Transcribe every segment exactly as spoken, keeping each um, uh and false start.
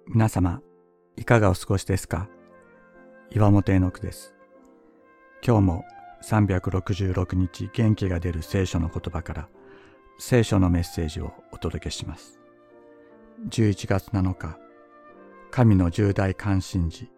皆様、いかがお過ごしですか？岩本絵の句です。今日もさんびゃくろくじゅうろくにち元気が出る聖書の言葉から聖書のメッセージをお届けします。じゅういちがつなのか、神の重大関心事。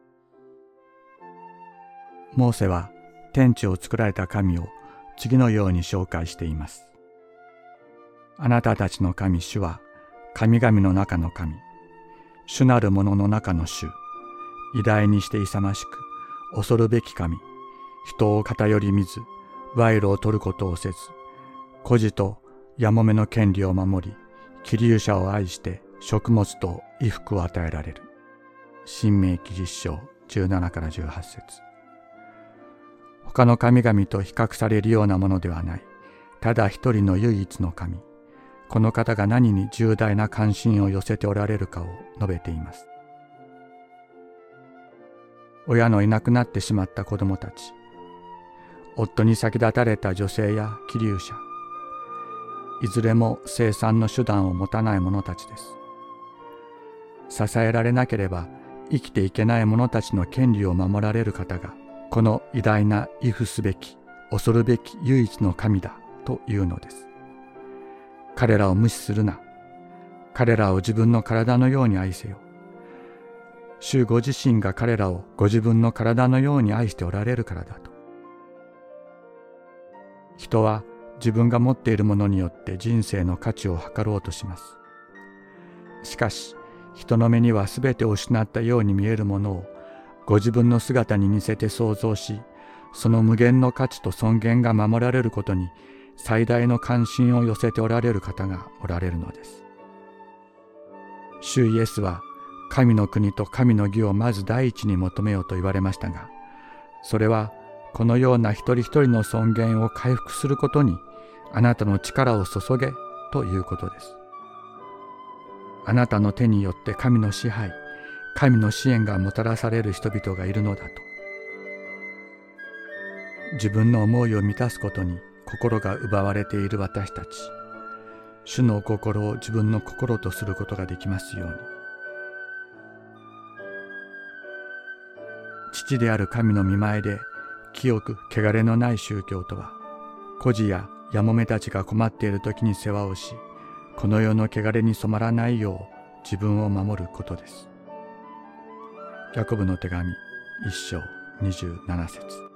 モーセは天地を作られた神を次のように紹介しています。あなたたちの神主は神々の中の神、主なる者の中の主、偉大にして勇ましく恐るべき神、人を偏り見ず、賄賂を取ることをせず、孤児とやもめの権利を守り、寄留者を愛して食物と衣服を与えられる。申命記じゅっしょうじゅうななからじゅうはちせつ。他の神々と比較されるようなものではない。ただ一人の唯一の神。この方が何に重大な関心を寄せておられるかを述べています。親のいなくなってしまった子供たち、夫に先立たれた女性や寄留者、いずれも生産の手段を持たない者たちです。支えられなければ生きていけない者たちの権利を守られる方が、この偉大な畏怖すべき、恐るべき唯一の神だというのです。彼らを無視するな。彼らを自分の体のように愛せよ。主ご自身が彼らをご自分の体のように愛しておられるからだと。人は自分が持っているものによって人生の価値を測ろうとします。しかし、人の目にはすべてを失ったように見えるものをご自分の姿に似せて創造し、その無限の価値と尊厳が守られることに最大の関心を寄せておられる方がおられるのです。主イエスは神の国と神の義をまず第一に求めようと言われましたが、それはこのような一人一人の尊厳を回復することにあなたの力を注げということです。あなたの手によって神の支配、神の支援がもたらされる人々がいるのだと。自分の思いを満たすことに心が奪われている私たち、主の心を自分の心とすることができますように。父である神の御前で清く汚れのない宗教とは、孤児ややもめたちが困っている時に世話をし、この世の汚れに染まらないよう自分を守ることです。ヤコブの手紙いっしょうにじゅうななせつ。